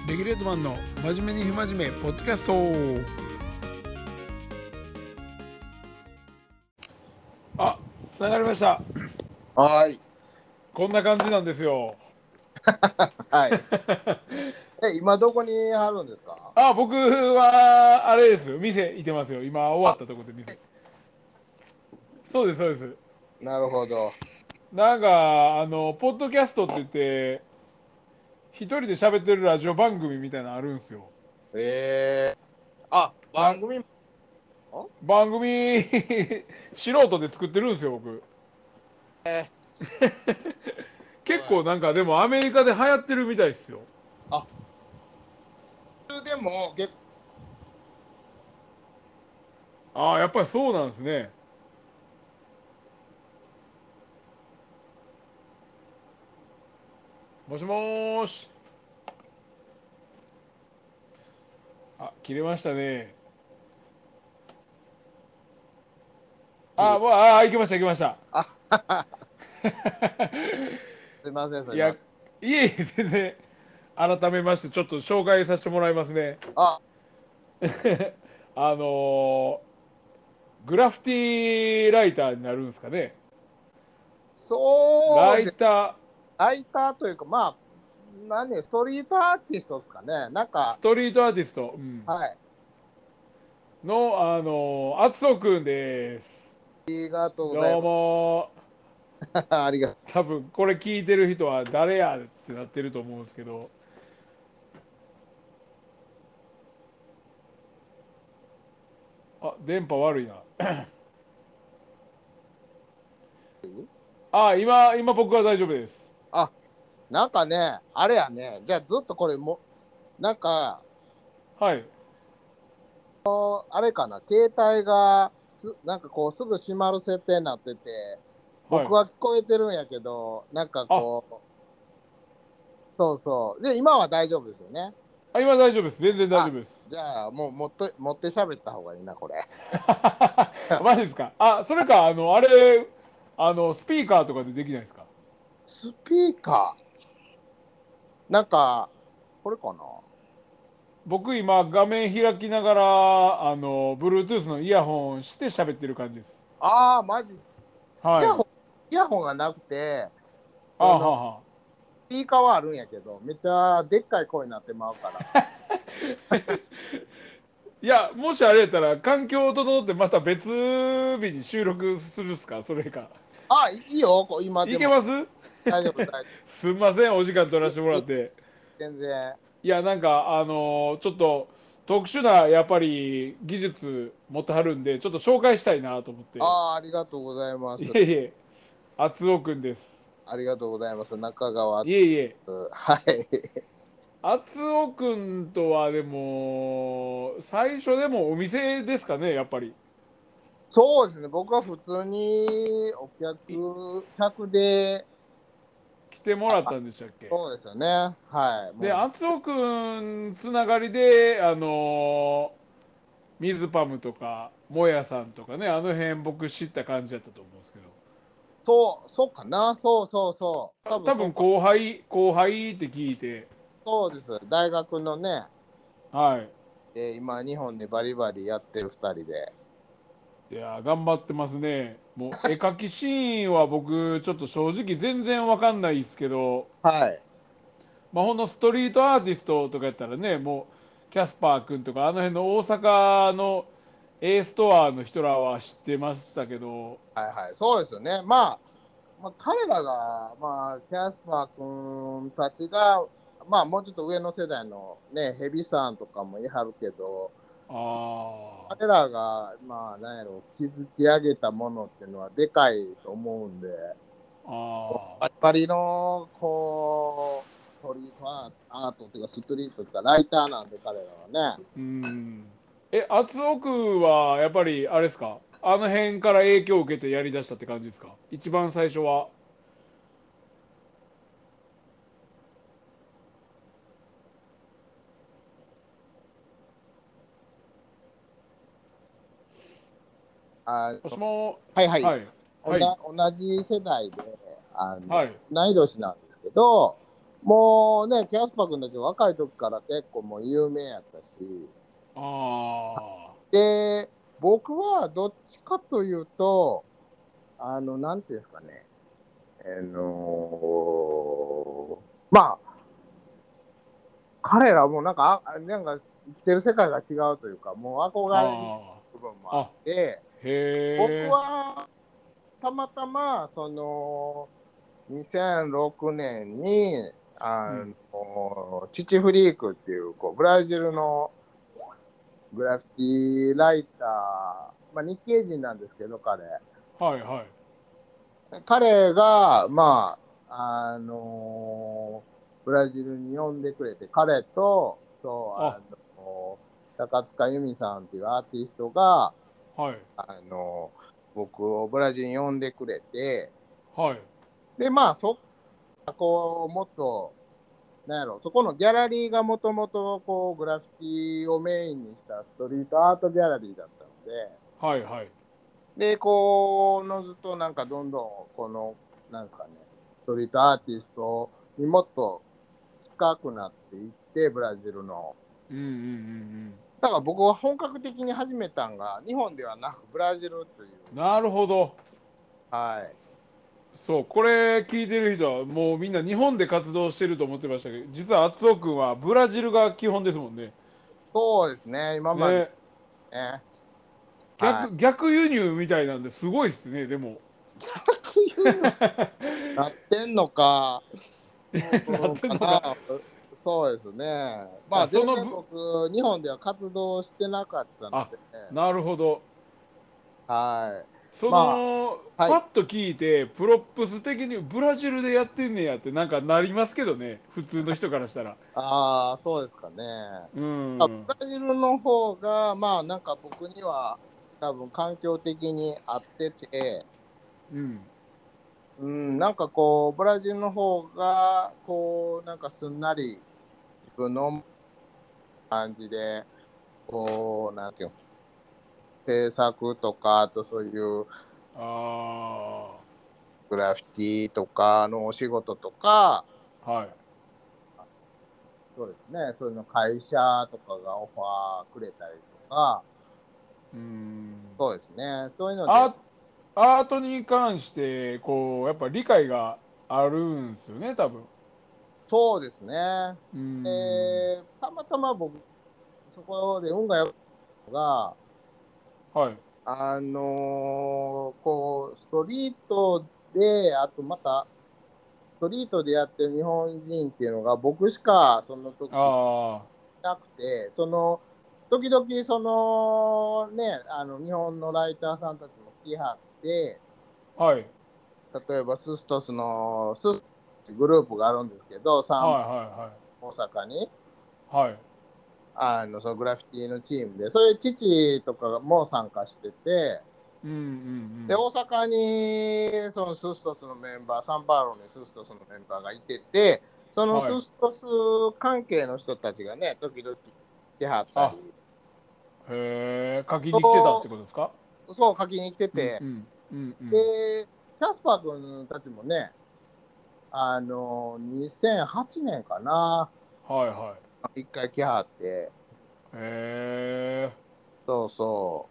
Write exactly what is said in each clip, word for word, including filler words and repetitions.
レギュレートマンの真面目に不真面目ポッドキャスト。あ、つながりました。 はい。 こんな感じなんですよ。 はい。え、今どこにあるんですか？ あ、僕はあれですよ。店いてますよ。今終わあ、 ったところで店。そうですそうです。 なるほど。 なんかあのポッドキャストって言って一人で喋ってるラジオ番組みたいなのあるんですよ。 えー、あ、 な番組も。 番組素人で作ってるんですよ僕。 えー、はい。 結構なんかでもアメリカで流行ってるみたいですよ。 あ、でも、結ああ、やっぱりそうなんですね。もしもーし。あ、切れましたね。あ、 構、 もう、あ、行きました、行きました。 あ、すいません、すいいや、 ません。 いえいえ、全然、改めまして、ちょっと紹介させてもらいますね。 あ、 あのーグラフィティライターになるんですかね。ラそうです。 イタライターというか、まあ、何、ストリートアーティストですかね。なんー、スか、 トリートアーティスト、うん、 はい。 の、あのー、厚尾くんです。 ありがとうございどうます。 もありがと多分、これ聞いてる人は誰やってなってると思うんですけど、あ、電波悪いな。 う。 あ、今、今僕は大丈夫です。 あ、なんかね、あれやね。じゃあずっとこれも、なんか、 はい。 あれかな、携帯がすなんかこうすぐ閉まる設定になってて、 はい。 僕は聞こえてるんやけど、なんかあ、 こう、そうそう。で、今は大丈夫ですよね。 あ今大丈夫です。全然大丈あ、 夫です。 じゃあもう持って、持って喋った方がいいな、これ。 マジですか。あ、それか、あの、あれ、あの、スピーカーとかでできないですか？ スピーカー。なんか、これかな。 僕今画面開きながら、あの、Bluetooth のイヤホンして喋ってる感じです。 ああ、マジ。イはい。 ヤホン、イヤホンがなくて、 あはその、 は。 スピーカーはあるんやけど、めっちゃでっかい声になってまうから。 いや、もしあれやったら、環境を整ってまた別日に収録するっすかそれか。 あ、いいよ、こう今でも。 いけます？ 大丈夫、大丈すんません、お時間取らせても夫。いいらって。 全然。 いや、なんか、あのーちょっと特殊な、やっぱり技術持ってはるんで、ちょっと紹介したいなと思って。 ああ、ありがとうございます。 いえいえ、厚尾くんです。 ありがとうございます。中川敦。 いえいえ、 はい。 厚尾くんとはでも、最初でもお店ですかね、やっぱり。 そうですね。僕は普通にお客、客で、 来てもらっあ、 たんでしたっけ？ そうですよね。はい。 で、 もう、 厚尾くんつながりで、あのー水パムとか、もやさんとかね、あの辺僕知った感じだったと思うんですけど。 そう、そうかな。そうそうそう。 あ多分多分そうか。 後輩、後輩って聞いて、 そうです。大学のね、 はい。 えー今、日本でバリバリやってるふたりで。 いやー、頑張ってますね。もう、絵描きシーンは僕、ちょっと正直全然わかんないですけど、 はい。 まあ、ほんのストリートアーティストとかやったらね、もう、キャスパー君とか、あの辺の大阪の A ストアの人らは知ってましたけど、 はいはい。そうですよね。まあ、まあ、彼らが、まあ、キャスパー君たちが、まあ、もうちょっと上の世代のね、ヘビさんとかもいはるけど、 あ彼らが、まあ、なんやろ、築き上げたものっていうのはでかいと思うんで、 あ、ああ、 バリバリの、こう、ストリートアーアートっていうか、ストリートというか、ライターなんで、彼らはね。 うん。え、厚奥は、やっぱり、あれですか？あの辺から影響を受けてやりだしたって感じですか？一番最初は。 あもしも、 はいはい。 はい、 おなはい、 同じ世代で、あの、 はい、 同い年なんですけど、 もうね、キャスパー君たち若い時から結構もう有名やったし、 あで、僕はどっちかというと、あの、なんていうんですかね、あのーまあ、彼らもなんか、あなんか生きてる世界が違うというか、もうあ、 憧れにしてある部分もあ、 あっあ、 て、僕へえ、 はたまたま、その、にせんろくねんに、あうん、 の、チチフリークっていう、こう、ブラジルのグラフィティライター、まあ、日系人なんですけど、彼。 はいはい。 彼が、まあ、あのブラジルに呼んでくれて、彼と、そう、 あ、 あの高塚由美さんっていうアーティストが、 はい、 あの僕をブラジルに呼んでくれて、 はい。 で、まあ、そこをもっと、なんやろ、そこのギャラリーがもともとこうグラフィティをメインにしたストリートアートギャラリーだったので、 はいはい。 で、こうのずっとなんかどんどんこの、なんですかね、ストリートアーティストにもっと近くなっていって、ブラジルの。 うんうんうんだから僕は本格的に始めたんが、日本ではなくブラジルという。 うん。なるほど。 はい。 そう、これ聞いてる人はもうみんな日本で活動してると思ってましたけど、実は厚尾くんはブラジルが基本ですもんね。 そうですね、今までね、 ね。はい。 逆、逆輸入みたいなんですごいっすね、でも。 逆輸入なってんのか、 なっうん、 てんのか。 かな。そうですね。まあ、 あ全然そのぶ、 僕、日本では活動してなかったのあ、 で、 なるほど。 はい。 そまの、 あ、はい。 パッと聞いて、プロップス的にブラジルでやってんねやってなんかなりますけどね、普通の人からしたら。 ああ、そうですかね。 うあ、ブん。 ラジルの方が、まあなんか僕には多分環境的に合ってて、 うん。 うん、なんかこう、ブラジルの方が、こう、なんかすんなり自分の感じで、こう、なんていうの、制作とか、あとそういうあグラフィティとかのお仕事とか、 あ、はい。 そうですね、そういうの会社とかがオファーくれたりとか、 うん。 そうですね、そういうので、 アーアートに関して、こう、やっぱ理解があるんですよね、多分。 そうですね。 うん。 で、たまたま僕、そこで運が良かったのが、 はい。 あのーこう、ストリートで、あとまた、ストリートでやってる日本人っていうのが僕しかその時いあなくて、その、時々そのね、あの日本のライターさんたちも来はって、 あ、はい。 例えばスストスのスストスグループがあるんですけど、 はい三は大阪に、 いはい。はい。 あのそのグラフィティのチームで、そういう父とかも参加してて、 うんうんで、大阪にそのスストスのメンバー、サンパウロにスストスのメンバーがいてて、そうん。 のはい。 スストス関係の人たちがね、時々来はったあ、 り、 へえ、書きに来てたってそことですか？ う、そう書きに来てて、 うんうんうんうん。 で、キャスパー君たちもね、あの、にせんはちねんかな、 はいは一回来はって、 い。へえ。 そうそう。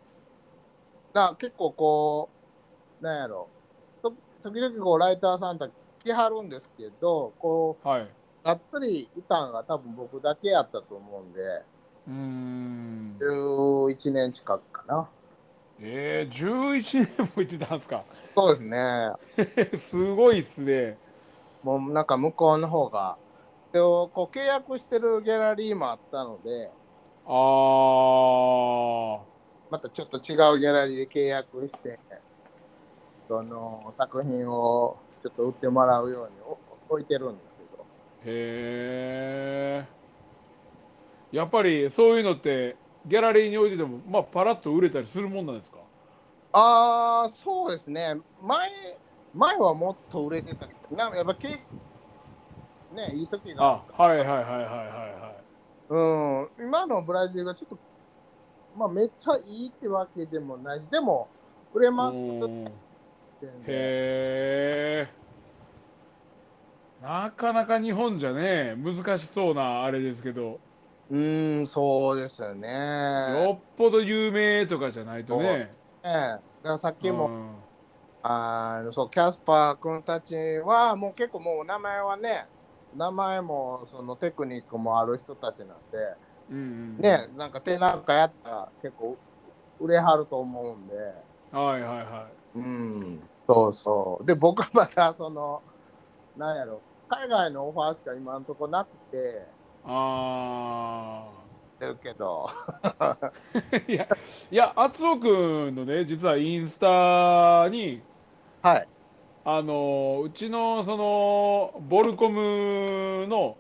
だから結構こう、なんやろ、と時々こうライターさんたち来はるんですけど、こう、 はい。 がっつりいたんが多分僕だけやったと思うんで、 うーん。 じゅういちねん近くかな。 えー、じゅういちねんも行ってたんですか？ そうですね。 すごいっすね。 もうなんか向こうの方が、でこう契約してるギャラリーもあったので、 ああ、 またちょっと違うギャラリーで契約して、その作品をちょっと売ってもらうように置いてるんですけど。 へえ。やっぱりそういうのってギャラリーに置いてても、まあ、パラッと売れたりするもんなんですか？ ああ、そうですね。前、前はもっと売れてたけど、なんかやっぱ経ね、いい時があるあ、 かはいはいら。 はいはいはいはい。 うん、今のブラジルがちょっと、まあ、めっちゃいいってわけでもないし、でも、売れうます、 ーん。へ全然。 え。 なかなか日本じゃね、難しそうなあれですけど、 うーん、そうですよね。 よっぽど有名とかじゃないとそうね。 ね。だからさっきも、 うん。 あの、そう、キャスパー君たちは、もう結構もう名前はね、名前もそのテクニックもある人たちなんで、 うんうんね、なんか展覧会やったら結構売れはると思うんで、 うん。はいはいはい。 うん、そうそう。で、僕はまた、その、なんやろ、海外のオファーしか今のところなくて、 あてるけど、 あ。いや、いや、厚尾くんのね、実はインスタに、 はい。 あの、うちのその、ボルコムの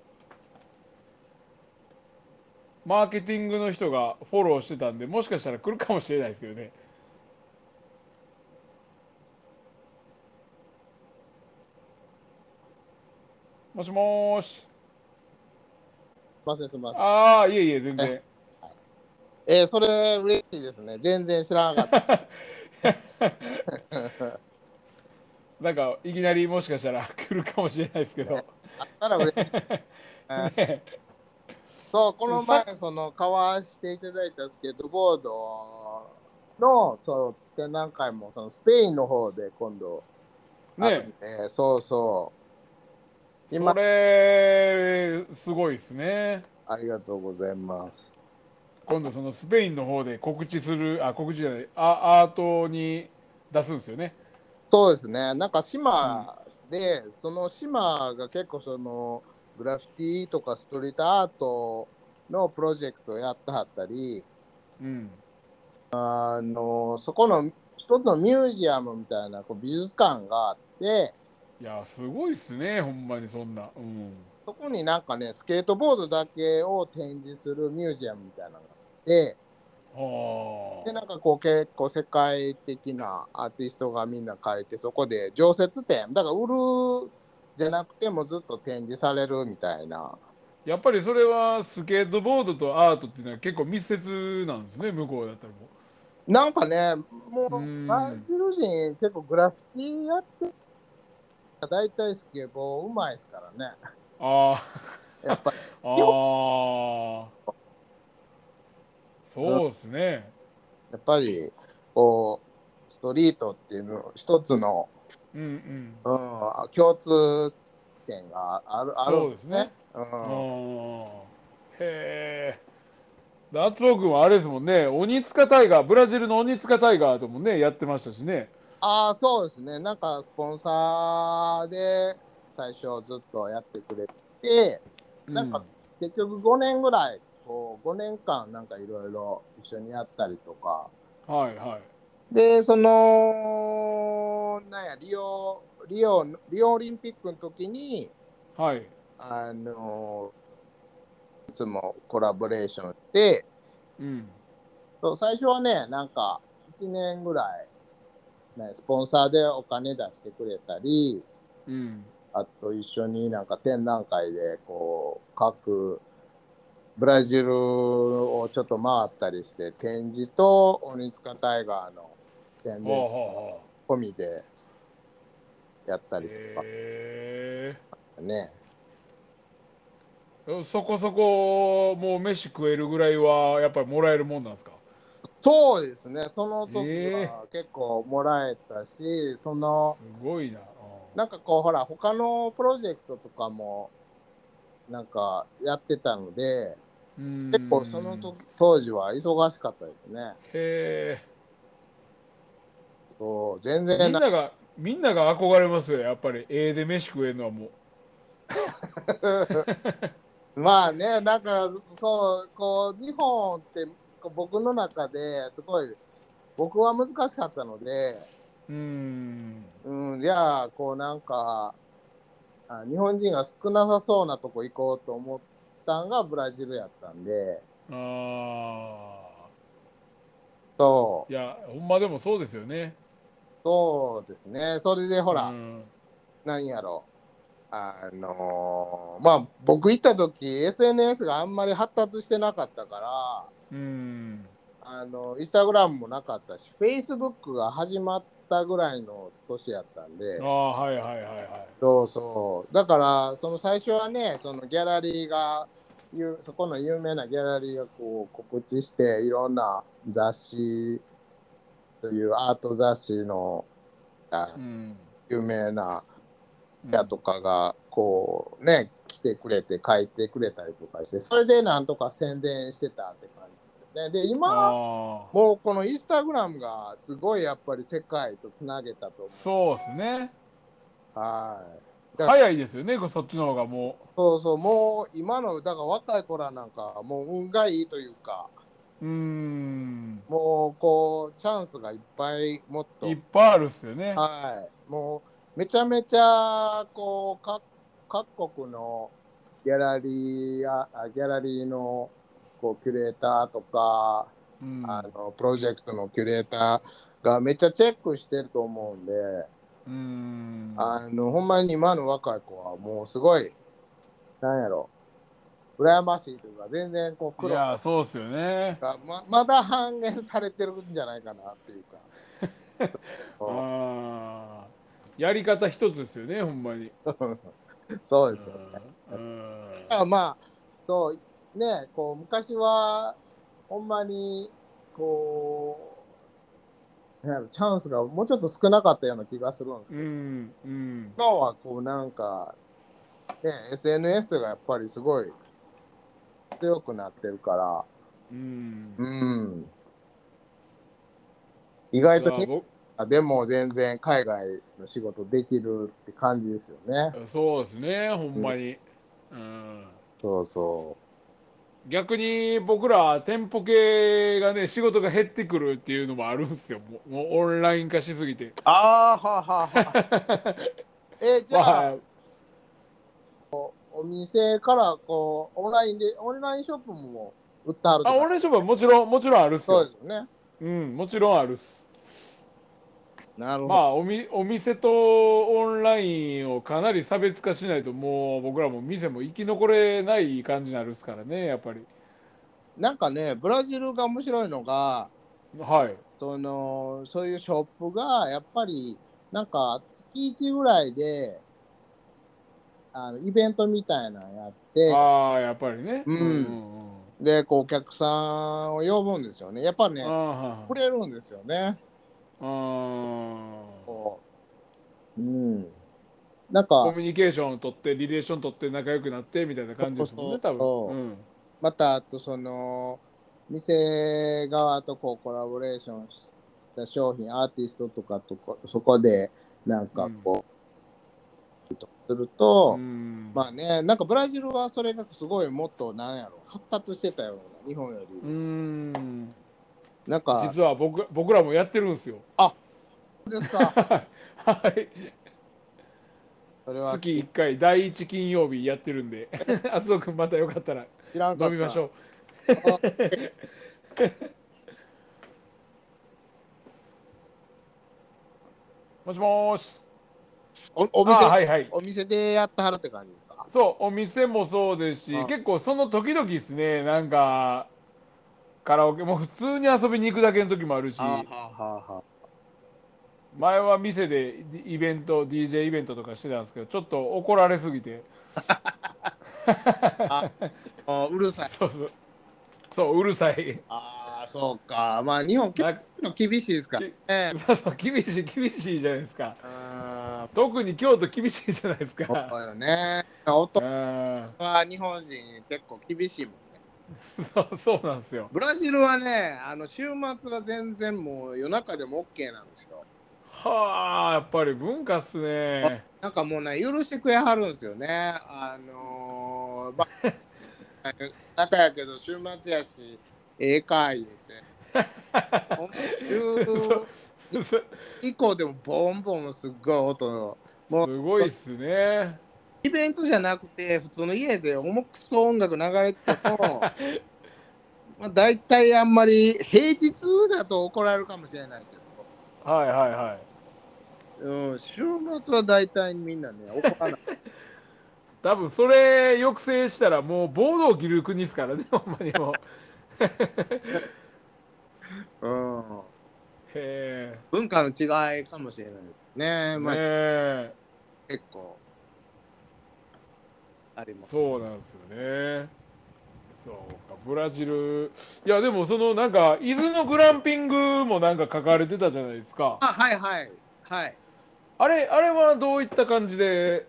マーケティングの人がフォローしてたんで、もしかしたら来るかもしれないですけどね。もしもーし。 すみません、すみません。 ああ、いえいえ、全え、 然。 えーそれ嬉しいですね。全然知らなかった。 なんか、いきなりもしかしたら来るかもしれないですけね、 ど。 あったら嬉しい。ね、 ねそう、この前、 さ、 その、買わしていただいたスケートボードの、そう、展覧会も、その、スペインの方で今度あるねんで、そうそう。 そ今、 れ、すごいですね。 ありがとうございます。 今度そのスペインの方で告知する、あ、告知じゃない、あ、アートに出すんですよね。 そうですね。なんかうん。 島で、その島が結構そのグラフィティとかストリートアートのプロジェクトをやってはったり、 うん。 あのそこの一つのミュージアムみたいなこう美術館があって、 いや、すごいっすね、ほんまにそんな。うん。 そこになんかね、スケートボードだけを展示するミュージアムみたいなのがあって、で、なんはかこう結構世界的なアーティストがみんな書いて、そこで常設展、だから売るじゃなくてもずっと展示されるみたいな。 あ。やっぱりそれはスケートボードとアートっていうのは結構密接なんですね、向こうだったらもなんかね、もうう。うーブラん。 ジル人結構グラフィティやってた大体スケボーうまいですからね。 ああ。 やっぱり。基本、 ああ。 うん、 そうですね。 やっぱりこう、ストリートっていうの一つの、 うんうん。 うん、共通点がある、あるんそうですね。 ですよね。うあん。 ーへえ。達郎君はあれですもんね、鬼塚タイガー、ブラジルの鬼塚タイガーともね、やってましたしね。 ああ、そうですね。なんかスポンサーで最初ずっとやってくれて、なんかうん。 結局ごねんぐらい、こうごねんかんなんかいろいろ一緒にやったりとか。 はいはい。 で、その、なんや、リオ、リオ、リオオリンピックの時に、 はい。 あの、いつもコラボレーションして、 うん。 そう最初はね、なんかいちねんぐらい、ね、スポンサーでお金出してくれたり、 うん。 あと一緒になんか展覧会でこう各ブラジルをちょっと回ったりして展示と鬼塚タイガーの宣伝ほうほうほ込みでやったう。 りとかへね。 え。そこそこ、もう飯食えるぐらいは、やっぱりもらえるもんなんですか？ そうですね。その時ええは結構もらえたし、そのすごいな。 なんかこうほら他のプロジェクトとかもなんかやってたので、 うん。うー結構そん。 の時当時は忙しかったですね。 へえ。 そう全然なみんなが、みんなが憧れますよ、やっぱり。ええで飯食えるのはもう。 まあね、なんかそう、こう、日本ってこう僕の中ですごい、僕は難しかったので、 うーん。 うん、じゃあ、こうなんか、あ、日本人が少なさそうなとこ行こうと思ったんがブラジルやったんで、 ああ。 そう、 いや、ほんまでもそうですよね。 そうですね。それでほら、 うん。 なんやろ、あのーまあ僕行った時 エスエヌエス があんまり発達してなかったから、 うん。 あのインスタグラムもなかったし、フェイスブックが始まっったぐらいの年やったんで、 ああ、はいはいはいはい。 そうそう。だから、その最初はね、そのギャラリーが、ゆそこの有名なギャラリーがこう告知して、いろんな雑誌、そういうアート雑誌のあうん。 有名なうん。 やとかが、こうね、来てくれて書いてくれたりとかして、それでなんとか宣伝してたって感じですね。で、今、 ああ、 もうこのインスタグラムがすごいやっぱり世界とつなげたと思う。 そうですね。 はい。だから早いですよね、そっちの方がもそうそう、もう今の、だから若い子らなんか、もう運がいいというか、 う。うーん。 もうこう、チャンスがいっぱいもっいっと、 ぱいあるっすよね。 はい、もうめちゃめちゃ、こう、か各国のギャラリーや、あギャラリーのこうキュレーターとか、 うん。 あの、プロジェクトのキュレーターがめっちゃチェックしてると思うんで、 うーん。 あの、ほんまに今の若い子はもうすごい、なんやろ、羨ましいというか、全然こう苦労いや、そうっすよね。 がままだ半減されてるんじゃないかなっていうか。うああ。やり方一つですよね、ほんまに。 んそううですよね。 ん。うん。 だからまあ、そうね、こう昔はほんまにこう、なんやろチャンスがもうちょっと少なかったような気がするんですうけど、 ん。うん。 今はこうなんかね、エスエヌエス がやっぱりすごい強くなってるから、 うん。 うん、意外いや、 と日僕、 本でも全然海外の仕事できるって感じですよね。 そうですね、ほうん、 んまに。うん。 そうそ逆に僕ら店舗系がね、仕事が減ってくるっていうのもあるんですよ。もう、もうオンライン化しすぎて。 ああ、はあはあはあ。え、じゃあ、 まあ、 お店からこう、オンラインで、オンラインショップも売ってはるってあ、 感じ。 オンラインショップはもちろん、もちろんあるっすよ。 そうですよね。 うん、もちろんあるっす。 なるほど。 まあ、おみ、お店とオンラインをかなり差別化しないと、もう僕らも店も生き残れない感じになるっすからね、やっぱり。 なんかね、ブラジルが面白いのが、 はい。 その、そういうショップが、やっぱり、なんか、月いちぐらいで、あの、イベントみたいなのやって、 ああ、やっぱりね。うんううん。 んうん。 で、こう、お客さんを呼ぶんですよね。やっぱね、 ああ、はくれるんですよね。 いはこう、うん。なんい。コか、 ミュニケーションを取って、リレーション取って仲良くなってみたいな感じそうそですもんね、多分。うう。 ん。 また、あとその、店側とこうコラボレーションした商品、アーティストとかとこ、そこでなんうん。 かこう、するうと、 ん。 まあね、なんかブラジルはそれがすごいもっとなんやろ、発達してたような、日本ようり。 ん。 なんか、 実は僕、僕らもやってるんですよ。 あ、そうですか。 はい。 それは月いっかい、だいいち金曜日やってるんで、あつどくんまたよかったら知らんかった。 飲みましょあ、 う。もしもーし。 お、おああ、 店、 はいはい。 お店でやってはるって感じですか？ そう、お店もそうですし、 あ、 結構その時々ですね、なんか、カラオケも普通に遊びに行くだけの時もあるあはし、 はは。 前は店でイベント、ディージェー イベントとかしてたんですけど、ちょっと怒られすぎて、 あ、あうるさい。 そうそう、そう、うるさい。 ああ、そうか。まあ、日本結な、 構厳しいですかきらね。 そうそう、厳しい、厳しいじゃないですか。 ああ、 特に京都厳しいじゃないですか。 そうよね。 う男ん、 は日本人結構厳しいもんね。 そう、そうなんですよ。 ブラジルはね、あの週末は全然もう夜中でも OK なんですよ。 はあ、やっぱり文化っすあ、 ね。 なんかもうね、許してくれはるんですよね。あのー、まあ、中やけど週末やし、ええか言うて。ほんま週そそ以降でもボンボンすっごい音、もすごういっすね。 イベントじゃなくて、普通の家で重くそ音楽流れても、まあ、大体あんまり平日だと怒られるかもしれないけど、 はいはいはい。 うん、週末は大体みんなね、怒らない。 多分それ抑制したらもう暴動起きる国ですからね、ほんまにもう。 うん。 へ文化の違いかもしれないですね。 え。ねまあえ。 結構あります。 そうなんですよね。そうか、ブラジル。いや、でもそのなんか、伊豆のグランピングもなんか書かれてたじゃないですか。 あ、はいはいはい。 あれ、あれはどういった感じで？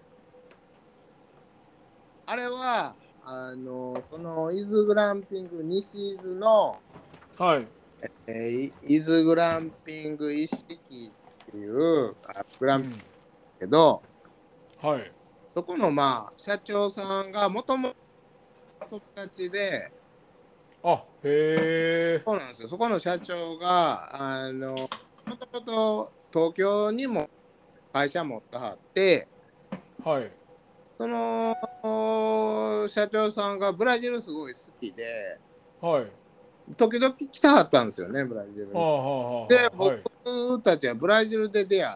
あれは、あの、その伊豆グランピング、西伊豆の、 はい。 えーい伊豆グランピング一式っていうあグランピングうん。 だけど、 はい。 そこのまあ、社長さんがもともと友達で、 あ、へえ。 そうなんですよ。そこの社長が、あの、もともと東京にも会社持ってはって、 はい。 その社長さんがブラジルすごい好きで、 はい。 時々来たはったんですよね、ブラジルに。 はあはあはで、 あはあ。は僕い。 たちはブラジルで出会って、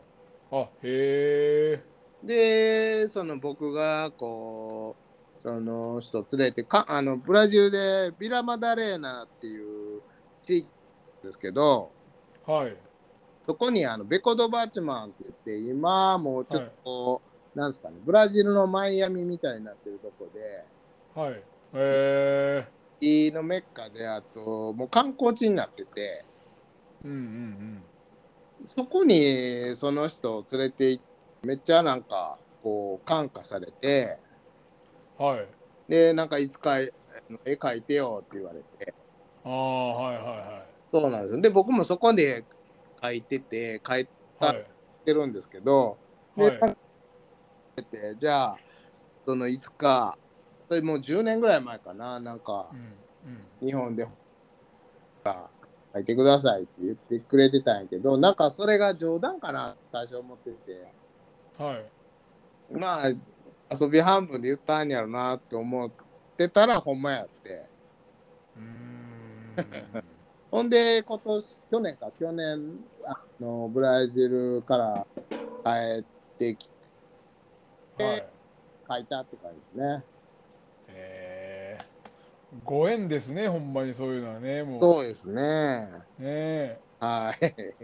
あ、へえ。 で、その僕がこう、その人連れてか、あのブラジルでビラマダレーナっていう地域ですけど、 はい。 そこにあのベコドバチマンって言って、今もうちょっとはい。 こう、なんですかね、ブラジルのマイアミみたいになってるとこで、 はい。へえ。 いいのメッカで、あと、もう観光地になってて、 うんうんそこにその人を連れて行って、めっちゃなんか、こう、感化されて、 うん。はい。 で、なんかいつかえあの絵描いてよって言われて、 ああ、はいはそうなんですよ。で、僕もそこで描いてて、描いいはい。はい。 てるんですけど、で、 はい。 じゃあ、そのいつか、それもうじゅうねんぐらい前かな、なんか、 うんうん。 日本で描いてくださいって言ってくれてたんやけど、なんかそれが冗談かな、最初思ってて、 はい。 まあ、遊び半分で言ったんやろなって思ってたら、ほんまやって。 うーん。 ほんで、今年、去年か、去年、あの、ブラジルから帰ってきはい。 て、書いたって感じですね。 ええ。ご縁ですね、ほんまにそういうのはね、もそうですね。 う。ねえ。 はい。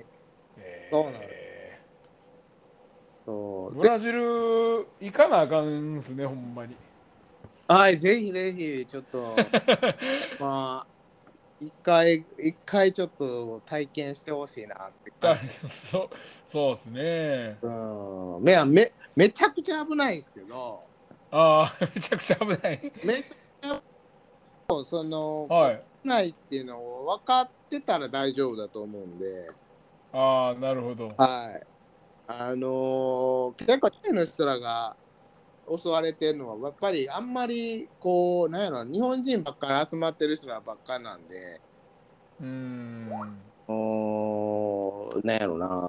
そうなんです。 ええ。 そう。で、 ブラジル行かなあかんすね、ほんまに。 はい、ぜひぜひ、ちょっと、まあ、一回、一回ちょっと体験してほしいなって感だじ。 そう、そうですね。 うん。め、め、めちゃくちゃ危ないんですけど、 ああ、めちゃくちゃ危ない。 めちゃくちゃ、その、こはい。 う、ないっていうのを分かってたら大丈夫だと思うんで、 ああ、なるほど。 はい。あのー結構、タイの人らが襲われてるのは、やっぱりあんまり、こう、なんやろ、日本人ばっかり集まってる人らばっかりなんで、 うーん。 おーなんやろな、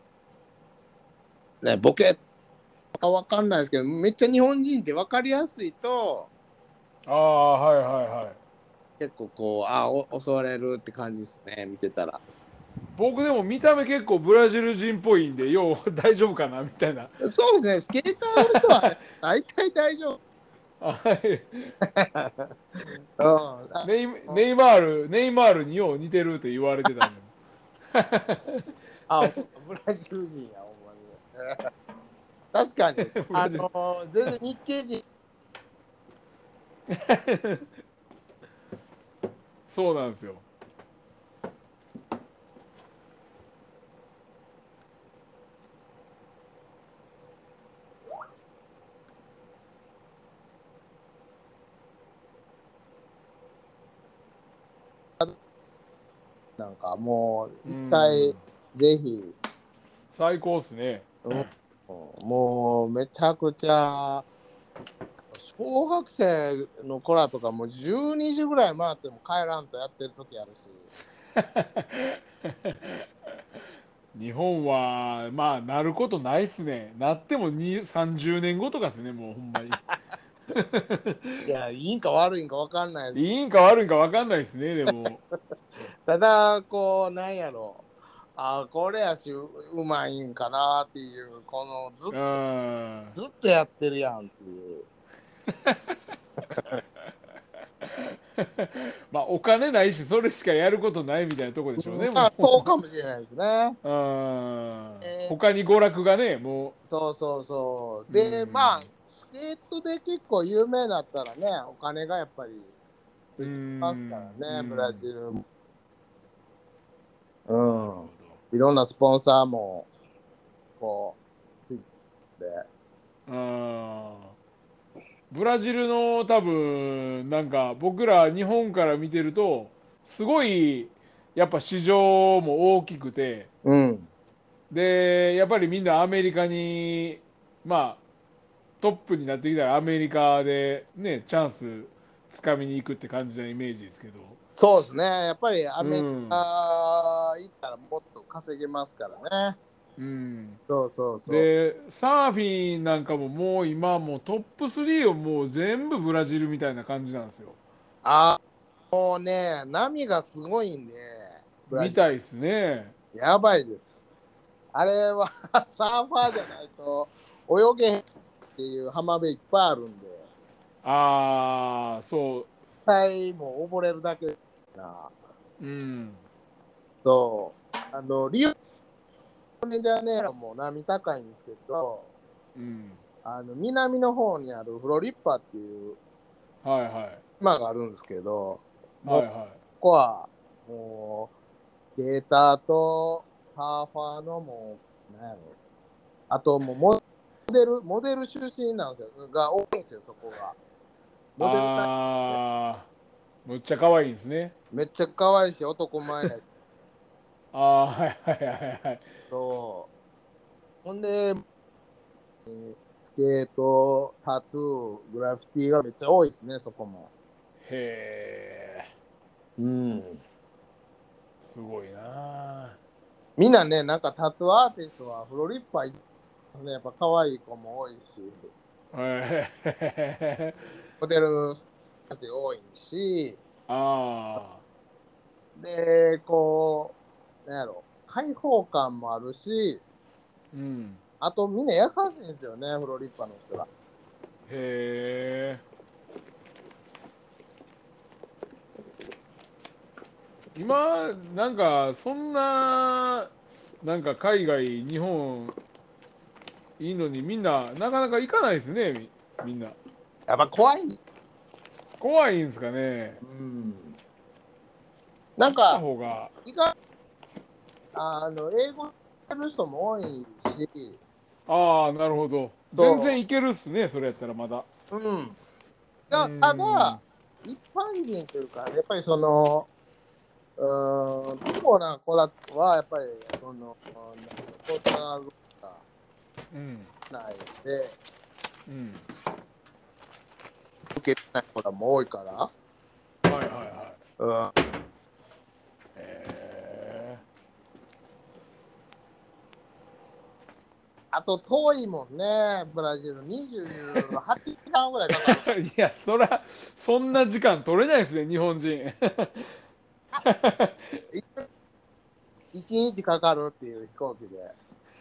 ね、ボケかわかんないですけど、めっちゃ日本人って分かりやすいと、 ああ、はいはいはい。 結構こう、あお襲われるって感じですね、見てたら。 僕でも見た目結構ブラジル人っぽいんで、よう大丈夫かなみたいな。 そうですね、スケーターの人はね、大体大丈夫。 はい。 うん、あネイ、ネイマール、ネイマールによう似てるって言われてたんで。 あ、そうか、ブラジル人や、ほんまに。確かに、 ブラジル。 あのー全然日系人、 そうなんですよ。 なんかもう、 う一ん。 回、ぜひ、 最高っすね。 うん、もう、めちゃくちゃ、小学生の子らとかもうじゅうにじぐらい回っても帰らんとやってる時あるし。 日本は、まあ、なることないっすね。なってもにさんじゅうねんごとかっすね、もうほんまに。 いや、いいんか悪いんか分かんないです。 いいんか悪いんか分かんないっすね、でも。 ただ、こう、なんやろう。あこれやし、ううまいんかなっていう、このずっうと、 ん。 ずっとやってるやんっていう。 まあお金ないし、それしかやることないみたいなとこでしょうね、 うん、まあ、 もう。 そうかもしれないですね。 うん。 えー他に娯楽がね、もそうそうそう。 う。うで、まあ、 ん。 スケートで結構有名だったらね、お金がやっぱりつういてきますからん。うね、ブラん。 ジルも。 なるほうん。いろんなスポンサーも、こう、ついてて。 ど。ああ。ブラジルの多分、なんか僕ら日本から見てると、すごい、やっぱ市場も大きくて、 うん。 で、やっぱりみんなアメリカに、まあ、トップになってきたらアメリカでね、チャンスつかみに行くって感じなイメージですけど。 そうですね。やっぱりアうメリカん。 行ったらもっと稼げますからね。 うん。 そうそうそう。 で、サーフィンなんかももう今もうトップスリーをもう全部ブラジルみたいな感じなんですよ。 ああ、もうね、波がすごいんで、ブラジみたいですね。 ル。やばいです。あれはサーファーじゃないと泳げへんっていう浜辺いっぱいあるんで、 ああ、そ絶対もう溺れるだけな。 う。うん。 そう。あの、リオネジャネイロも波高いんですけど、 うん。 あの南の方にあるフロリッパっていうはいはい。 島があるんですけど、もうこはいはこはもうスケーターとサーファーのもう、なんやろ、あともうモデル、モデル出身なんですよ、が多いんですよ、そこが。 い。 モデルタイプで、 ああ、むっちゃ可愛いですね。 めっちゃ可愛いし、男前やし。 ああ、はいはいはいはい。 そう。ほんで、スケート、タトゥー、グラフィティがめっちゃ多いですね、そこも。 へえ、 うん。 すごいな。 みんなね、なんかタトゥーアーティストはフロリッパ行ってね、やっぱ可愛い子も多いし、 へえ、 モデルたち多いし、 ああ、 で、こう、なんやろ、開放感もあるし、 うん。 あとみんな優しいんですよね、フロリッパの人ら。 へえ。今、なんか、そんな、なんか海外、日本、いいのにみんな、なかなか行かないですね、みみんな。 やっぱ怖いん。 怖いんですかね。 うん。なん行ったか、 方が、 意外あの、英語やる人も多いし、 ああ、なるほど。全然そいけるっすね、それやったらまだ。 う、うん。 うーだたん。 だ、一般人というか、やっぱりその、うーん、不幸な子らは、やっぱり、その、ポスターがうん。 ないで、 うん。 受けてない子らも多いから、 はいはいはい。 うん、 へあと遠いもんね、ブラジル、にじゅうはちじかんぐらいかかるかえ。いや、そら、そんな時間取れないですね、日本人。 ら、いちにちかかるっていう飛行機で、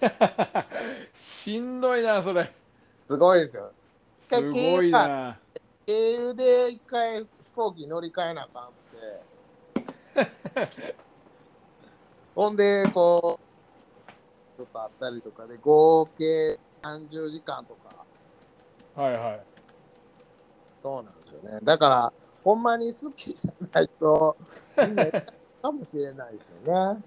しんどいな、それ。 すごいですよ。一回すごい経由か、 な。 経由で一回飛行機乗り換えなあかんくて、ほんで、こう、ちょっとあったりとかで、合計さんじゅうじかんとか、 はいはい。 そうなんですよね。だから、ほんまに好きじゃないと、みんなやらないかもしれないですよね。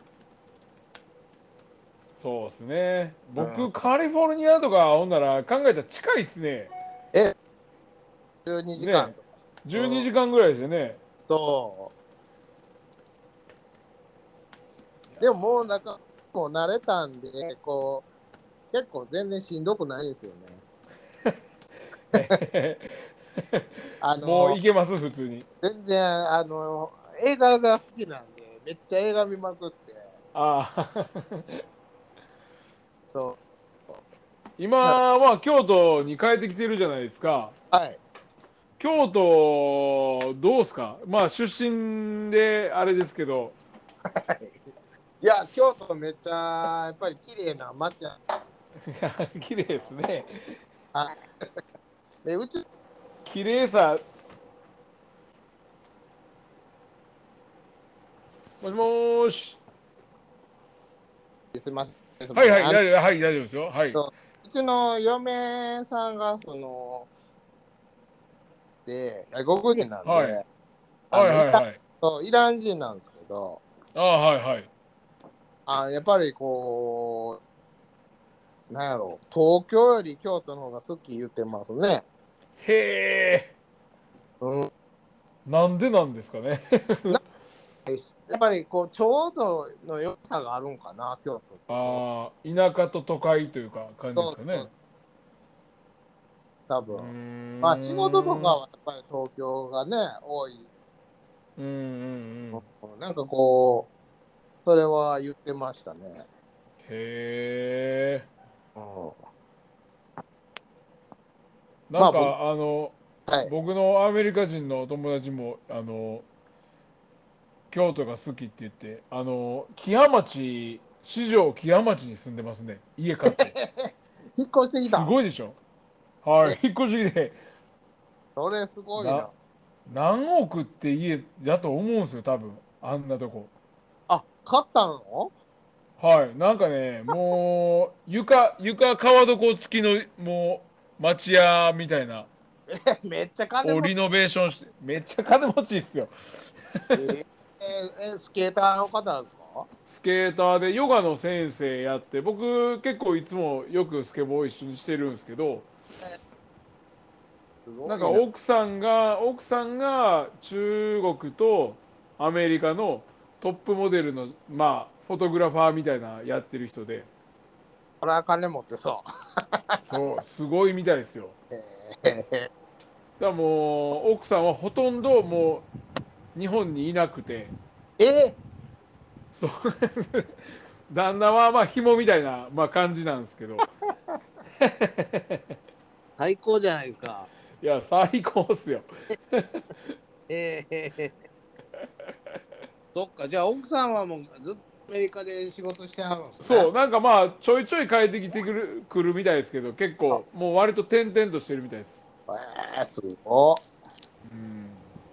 そうですね。 うん、 僕、カリフォルニアとか、ほんなら考えたら近いっすね。 え、じゅうにじかんね。 とか。 12 うん、 時間ぐらいですよね。 そう。でももうなんか、もう慣れたんで、こう、結構全然しんどくないんですよね。あもうの、 行けます、普通に。 全然、あの、映画が好きなんで、めっちゃ映画見まくって、 ああ。 そ今う。なは京都に帰ってきてるじゃないですか。 はい。 京都、どうすか？まあ、出身であれですけど。 はい。いや、京都めっちゃ、やっぱり綺麗な街や。 いや綺麗ですね。 はい。で、うち綺麗さ、 もしもーし。 すみません。すみません。 はいはい、 あの大丈夫、はい、大丈夫ですよ。はい。 うちの嫁さんがそので外国人なんはい。 で、あはいのイランはいはい。 そうイラン人なんですけど、 ああ、はいはい。 あやっぱりこうなんやろう、東京より京都の方が好き言ってますね。 へえ。 うん、 なんでなんですかね。 なやっぱりこうちょうどの良さがあるんかな、京都ってこああ、田舎と都会というか感う。そうそうじですかね。 多うー分。まあ仕事とかん。 はやっぱり東京がね多い。 うんうんうん。 うんなんかこうそれは言ってましたね。 へえ。 うん、まあ僕なんか、あの、 はい。 僕のアメリカ人のお友達も、あの、京都が好きって言って、あの、木屋町、四条木屋町に住んでますね。家買って。 引っ越してきすた。 ごいでしょ。はえ、 い。引っ越しで、 それすごいな、 な。 何億って家だと思うんですよ、多分。あんなとこ。 あ、買ったの？ はい。なんかね、もう、床、床川床付きの、もう、町屋みたいな、 え、めっちゃ金持ち。 をリノベーションして、めっちゃ金持ちですよ。 えーえースケーターの方ですか？ スケーターでヨガの先生やって、僕結構いつもよくスケボー一緒にしてるんですけど、 すごいな。 なんか奥さんが、奥さんが中国とアメリカのトップモデルの、まあ、フォトグラファーみたいなやってる人で、 これは金持ってそそう、すごいみたいですよ。 う。えー、 だからもう、奥さんはほとんどもう日本にいなくて、 えそう旦那はまあ紐みたいな、まあ、感じなんですけど、 最高じゃないですか。 いや、最高っすよ。 えー、そっか、じゃあ奥さんはもうずっとアメリカで仕事してはるんですね。 そう、なんかまあ、ちょいちょい帰ってきてくる、くるみたいですけど、結構、もう割と転々としてるみたいです。 えー、すごうん。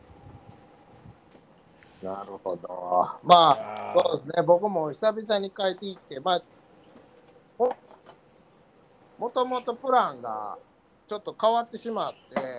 い。なるほど。まいあ、そやうですね。僕も久々に帰ってきて、まあ、ももともとプランがちょっと変わってしまって、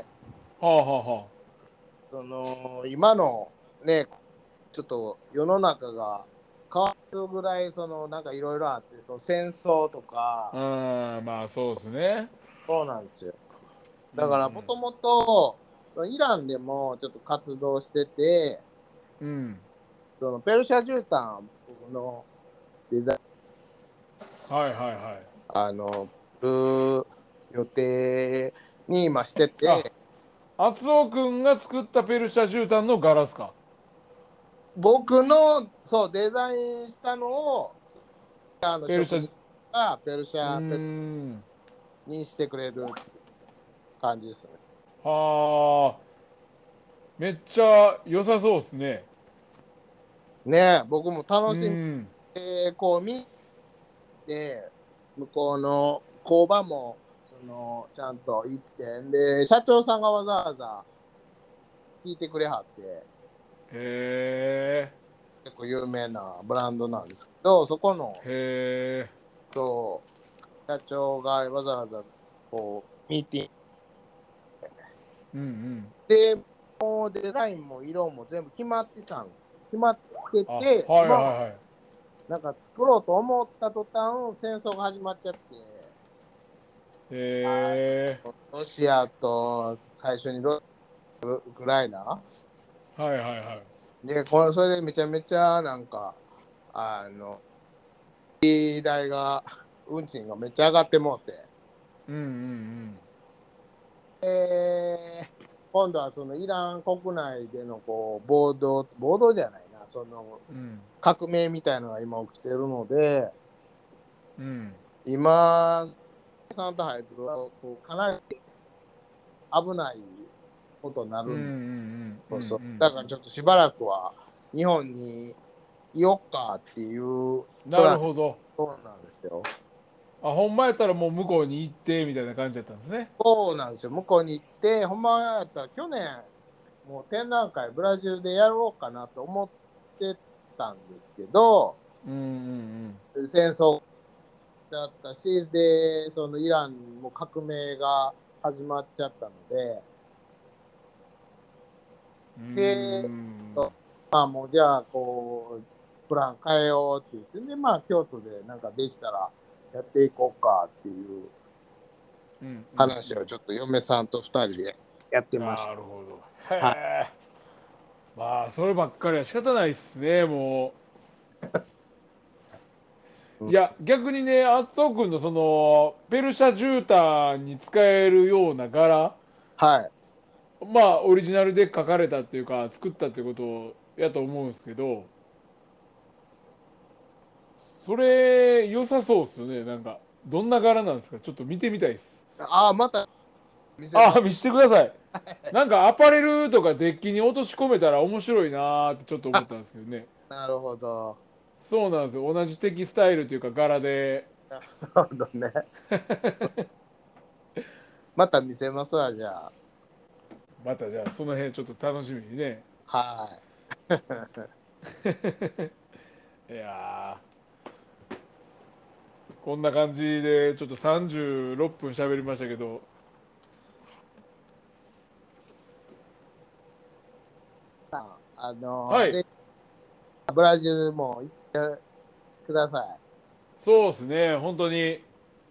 ー、はあはあはその今のね、ちょっと世の中が変わるぐらい、そのなんかいろいろあって、その戦争とか、 あ。うん、まあそうですね。 そうなんですよ。 うんだからもともとイランでもちょっと活動してて、 うん。うん。 そのペルシャ絨毯、僕のデザイン、 はいはいはい。 あの、る予定に今してあ、 て、 厚尾くんが作ったペルシャ絨毯のガラスか。 僕のそうデザインしたのを、あのペルシャ、 職人がペルシうーャペん。 にしてくれる感じですね。 はあ。めっちゃ良さそうですね。 ねえ、僕もう楽しみん。 で、こう見て、向こうの工場もそのちゃんと行って、で、社長さんがわざわざ聞いてくれはって、 へ結構有名なブランドなんですけど、そこの、 え。へえ。 そう、社長がわざわざこうミーティングうんうん。 で、もうデザインも色も全部決まってたん決まってあ、 て、 はいはい今、 はい。 なんか作ろうと思った途端、戦争が始まっちゃって、あへえ。 のロシアと最初にロウクライナはいはいはい。 で、これそれでめちゃめちゃなんか、あの、時代が、運賃がめっちゃ上がってもうて、 うんうんで今度はそのイラン国内でのこう暴動、暴動じゃないな、そのうん。 革命みたいなのが今起きてるので、 うん。うん。 今、さんと入るとこうかなり危ないことになうんうんうるんんうんうそうん。 だからちょっとしばらくは日本にいよっかっていうプなラン、 るほど。 そうなんですよ。 あ、ほんまやったらもう向こうに行ってみたいな感じだったんですね。 そうなんですよ。向こうに行って、ほんまやったら去年、もう展覧会ブラジルでやろうかなと思ってたんですけど、 うんうん戦争ちゃったし、でそのイランも革命が始まっちゃったので、 うん。うで、 ん。 まあもうじゃあこうプラン変えようって言ってでまあ京都でなんかできたらやっていこうかっていううんうんうん。 話をちょっと嫁さんとふたりでやってましなるほど。へた。はい。 え。まあそればっかりは仕方ないっすね、もう。いや、逆にね、アット君のそのペルシャ絨毯に使えるような柄、 はい。 まあオリジナルで描かれたっていうか作ったってことやと思うんですけど、それ良さそうっすよね。なんかどんな柄なんですか？ちょっと見てみたいです。 ああ、また見せああ、 ます。 見してください。なんかアパレルとかデッキに落とし込めたら面白いなーってちょっと思あ、 ったんですけどね。 なるほど。 そうなんですよ。同じテキスタイルというか柄で。 なるほどね。また見せますわ、じゃあ。 またじゃあその辺ちょっと楽しみにね。 はい。 いやー、こんな感じでちょっとさんじゅうろっぷん喋りましたけど、 あの、 はい、 ぜひブラジルも行ってください。 そうですね、本当に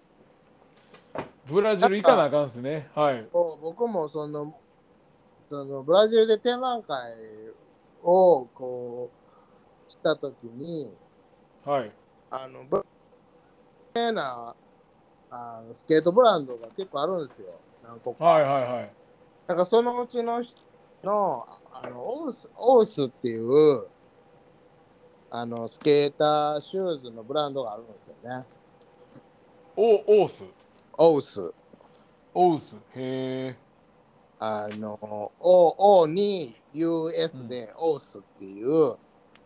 ブラジル行かなあなんか、 かんですね。はい、 こう僕もその、そのブラジルで展覧会をこうしたときに、 はい、 あの、ブラなあのスケートブランドが結構あるんですよ。何個はい、 か。 はい、はい。 なんかそのうちの一つの、あの、オウス、オウスっていう、あの、スケーターシューズのブランドがあるんですよね。 お、オース、 オウス。 オース、へえ、 あの、オー に ユーエスうん、 でオウスっていう、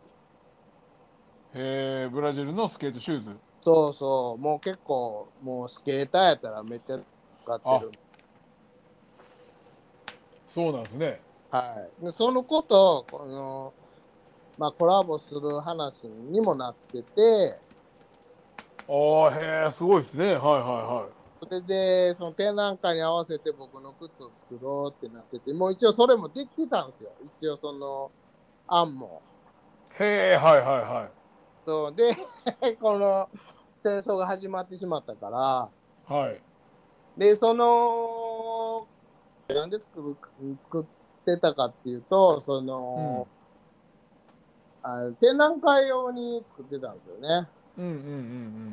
へえ、ブラジルのスケートシューズ。 そうそう、もう結構、もうスケーターやったらめっちゃ使ってあ、 る。 そうなんですね。 はい。で、そのこと、この、まあコラボする話にもなってて、 ああ、へえ、すごいですね。はい、はそれで、その展覧会に合わせて僕の靴を作ろうってなってて、もう一応それもできてたんですよ。一応その案も。 い、はい。へえ、はい、はい、はい。 そうで、この戦争が始まってしまったから、 はい。 で、その、なんで作る作ってたかっていうと、そうん、 の、あ展覧会用に作ってたんですよね。 うん、うん、うん、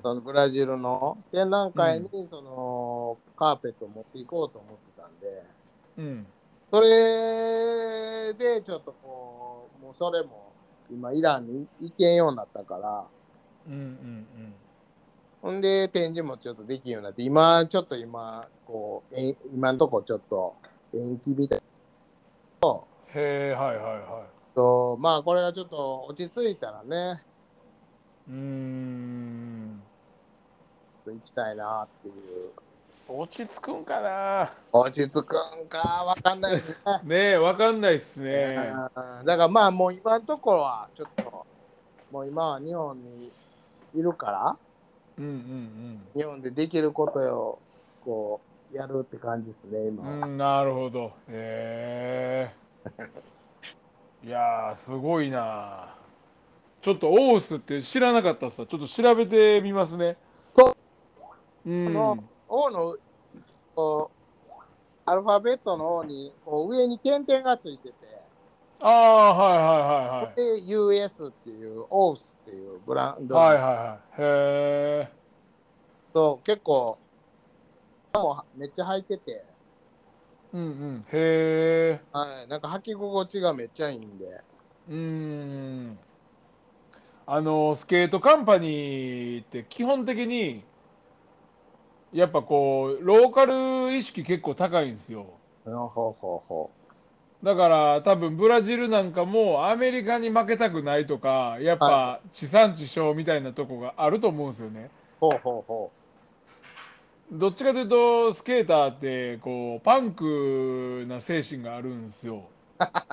そのブラジルの展覧うん、うん、 会にそのカーペットを持っていこうと思ってたんで、 うん。 それでちょっとこう、もうそれも今イランに行けんようになったから、 うんうんうんほんで展示もちょっとできるようになって、今ちょっと今、こう、え今のとこちょっと延期みたいなと、 へえ、はいはいはとまあこれがちょっと落ち着いたらね、 い。うーん。 行きたいなっていう。 落ち着くんかな。 落ち着くんかわかんないですね。 ねえ、わかんないっすうんね。 だからまあもう今のところはちょっと、もう今は日本にいるから、 うんうん日本でできることをこうやるって感じですね、今は。 うん。うん、なるほど。へえ。いやー、すごいな。ちょっとオースって知らなかったっすわ。ちょっと調べてみますね。 そうのん。 O のこうアルファベットの O にこう上に点々がついてて、 ああ、はいはいはいで ユーエス っていう オース っていうブランドなはい。 んです。 はいはいはい。へえ。 そう結構もうめっちゃ履いてて、 うんうん。へえ。 はい、なんか履き心地がめっちゃいいんで。 うーん。あの、スケートカンパニーって基本的に、やっぱこう、ローカル意識結構高いんですよ。 ほうほうほうほだから多分ブラジルなんかもアメリカに負けたくないとか、やっう。はい。 ぱ地産地消みたいなとこがあると思うんですよね。 ほうほうほどっちかというと、スケーターってこう、パンクな精神があるんですよ。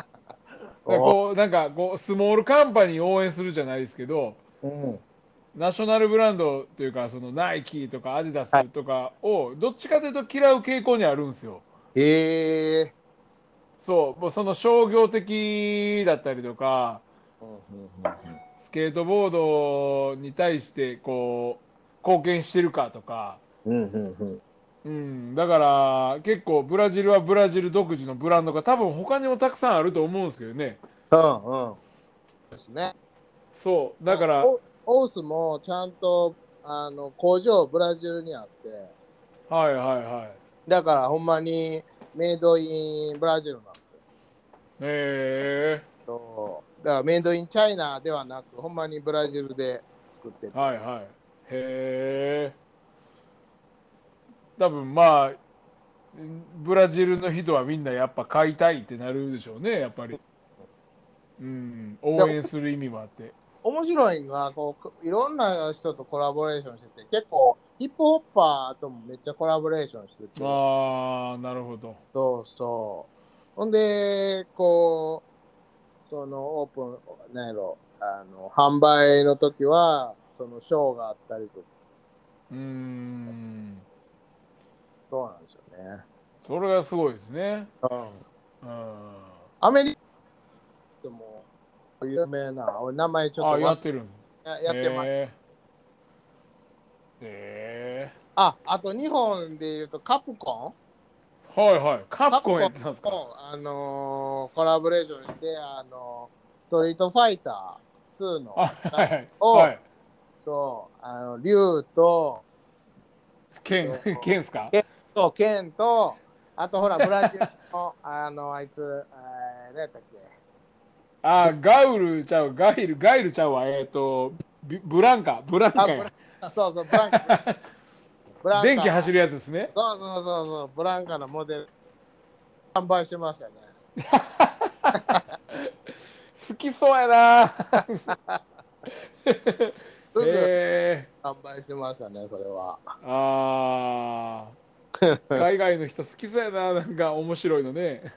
らお、 こうなんかこうスモールカンパニーを応援するじゃないですけど、 うん。 ナショナルブランドというかそのナイキとかアディダはい。 スとかをどっちかというと嫌う傾向にあるんですよ。 ええそう、もうその商業的だったりとか、 ー。うんうんスケートボードに対してこう貢献してるかとか、 うんうん。うんうんうん。 うん、だから結構ブラジルはブラジル独自のブランドが多分他にもたくさんあると思うんですけどね。 うんうん。ですね。 そう、だあ、 からオオウスもちゃんとあの工場ブラジルにあって、 はいはいはい。 だからほんまにメイドインブラジルなんですよ。 えそう。だからメイドインチャイナではなく、ほんまにブラジルで作ってー、はて。 いはい。へえ。多分まあブラジルの人はみんなやっぱ買いたいってなるでしょうね、やっぱり。うん、 で、 応援する意味もあって。 面白いのがこう、いろんな人とコラボレーションしてて、結構ヒップホッパーともめっちゃコラボレーションしてて、 ああ、なるほど。 そうそう。ほんで、こう、そのオープン、なんやろ、あの、販売の時は、そのショーがあったりとか、 うーん、 そうなんですよね。 それがすごいですね。 うん。 うん。 アメリカでも有名な、俺名前ちょっああ、 と忘やってるんれ、やってます。 へえ。へえ。 あ、あと日本で言うとカプコンはいはい。カプコンやカプコンってたんですか？ と、あのーコラボレーションして、あのーストリートファイターツーあ、 のキャラはいはい。はを、 い。 そう、あの、リュウと、 ケン、ケとンすか？ ケンと、ケンと、あとほら、ブラジルの、あの、あいつ、えー、何やったっけで、 あ、ガウルちゃう、ガイル、ガイルちゃうわ。えっと、ビブランカ、ブランあ、 カや。 ブランカ、そうそう、ブランカ、ブランカ、ブランカ、 電気走るやつですね。 そうそうそうそう、ブランカのモデル販売してましたね。 好きそうやな。 すぐへえ。 販売してましたね、それは。 ああ、海外の人好きそうやな。なんか面白いのね。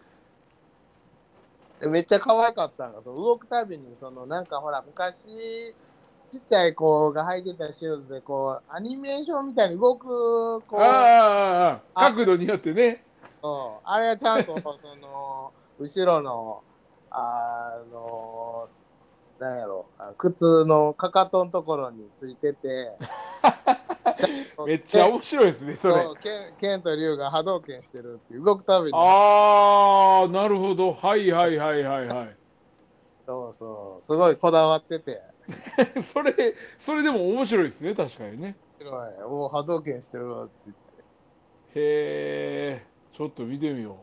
でめっちゃ可愛かったのが、その動くたびに、そのなんかほら、昔、ちっちゃい子が履いてたシューズで、こう、アニメーションみたいに動く、こう、 ああ、 あった角度によってね。 と、あれはちゃんと、その、後ろの、あの、なんやろ、あ靴のかかとのところについてて、 めっちゃケン面白いですね、それ。 と、ケン、ケンとリュウが波動拳してるっていう、動くたびに、 ああ、なるほど。はいはいはいはいはい。 そうそう、すごいこだわってて、 それ、それでも面白いですね、確かにね。 すごい、おお、波動拳してるわって言って。 へえ、ちょっと見てみよ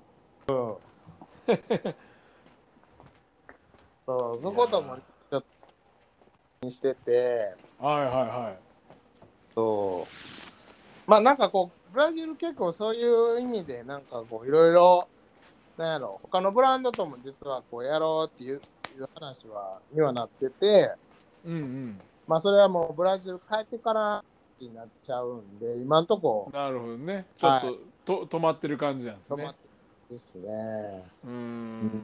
そう、 う。いそこともやちょっとにしてて、 ー、はいはいはい。 そう。まあなんかこう、ブラジル結構そういう意味で、なんかこう、いろいろ、なんやろ、他のブランドとも実はこうやろうっていう、いう話は、にはなってて、 うんまあそれはもうブラジル帰ってからになっちゃうんで、今んとこ、 うん。なるほどね。ちょっはい、 と、と、止まってる感じなんですね。 止まってですね。 うーうん。 ん。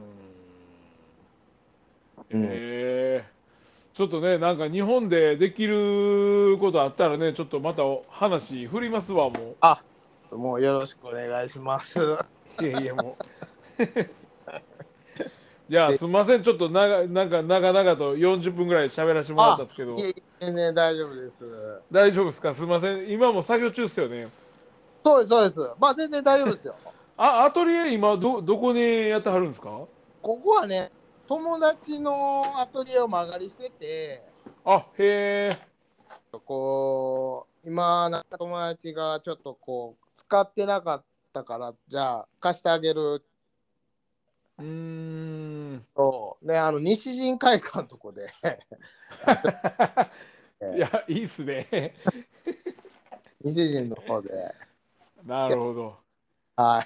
うん。 ええ、ちょっとね、なんか日本でできることあったらね、ちょっとまたお話振りますわ、もあ、もうよろしくお願いします。 う。いやいや、もう。じゃあ、 で、 すみません。ちょっと長、なんか長々とよんじゅっぷんぐらい喋らせてもらったんあ、 ですけど、 いえいえ、全然大丈夫です。 大丈夫ですか？すみません。今も作業中ですよね。 そうです、そうです。まあ全然大丈夫ですよ。 あ、アトリエ今、ど、どこにやってはるんですか？ ここはね、友達のアトリエを間借りしてて、 あ、へえ。 こう、今、なんか友達がちょっとこう、使ってなかったから、じゃあ貸してあげるうーん。 と、で、あの、西陣会館のとこでやっていや、 て、 いいっすね。 西陣の方で、 なるほど。 はい。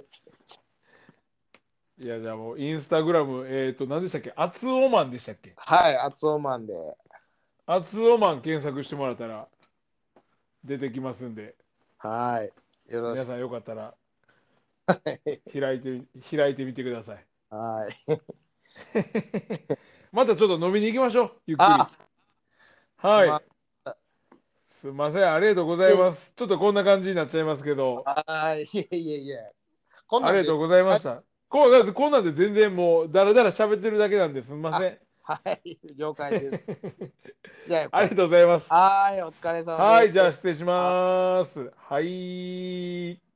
いや、じゃあもう、インスタグラム、えっと、何でしたっけ？アツオマンでしたっけ？ はい、厚尾マンで、 アツオマン検索してもらったら出てきますんで、 はい。よろしく。 皆さんよかったらはい。 開いて、開いてみてください。 はい。 またちょっと飲みに行きましょう、ゆっくり。 あ、すまん。 はい。すいません、ありがとうございえいえ、 います。ちょっとこんな感じになっちゃいますけど、 はい、いえいえいえ。こんなんで、 ありがとうございまはい、 した。こう、こんなんで全然もう、だらだら喋ってるだけなんですみまあ、 せん。 はい、了解です。じゃあ、よかった。 ありがとうございます。 はい、お疲れ様はい、じゃあです。 失礼します。はい。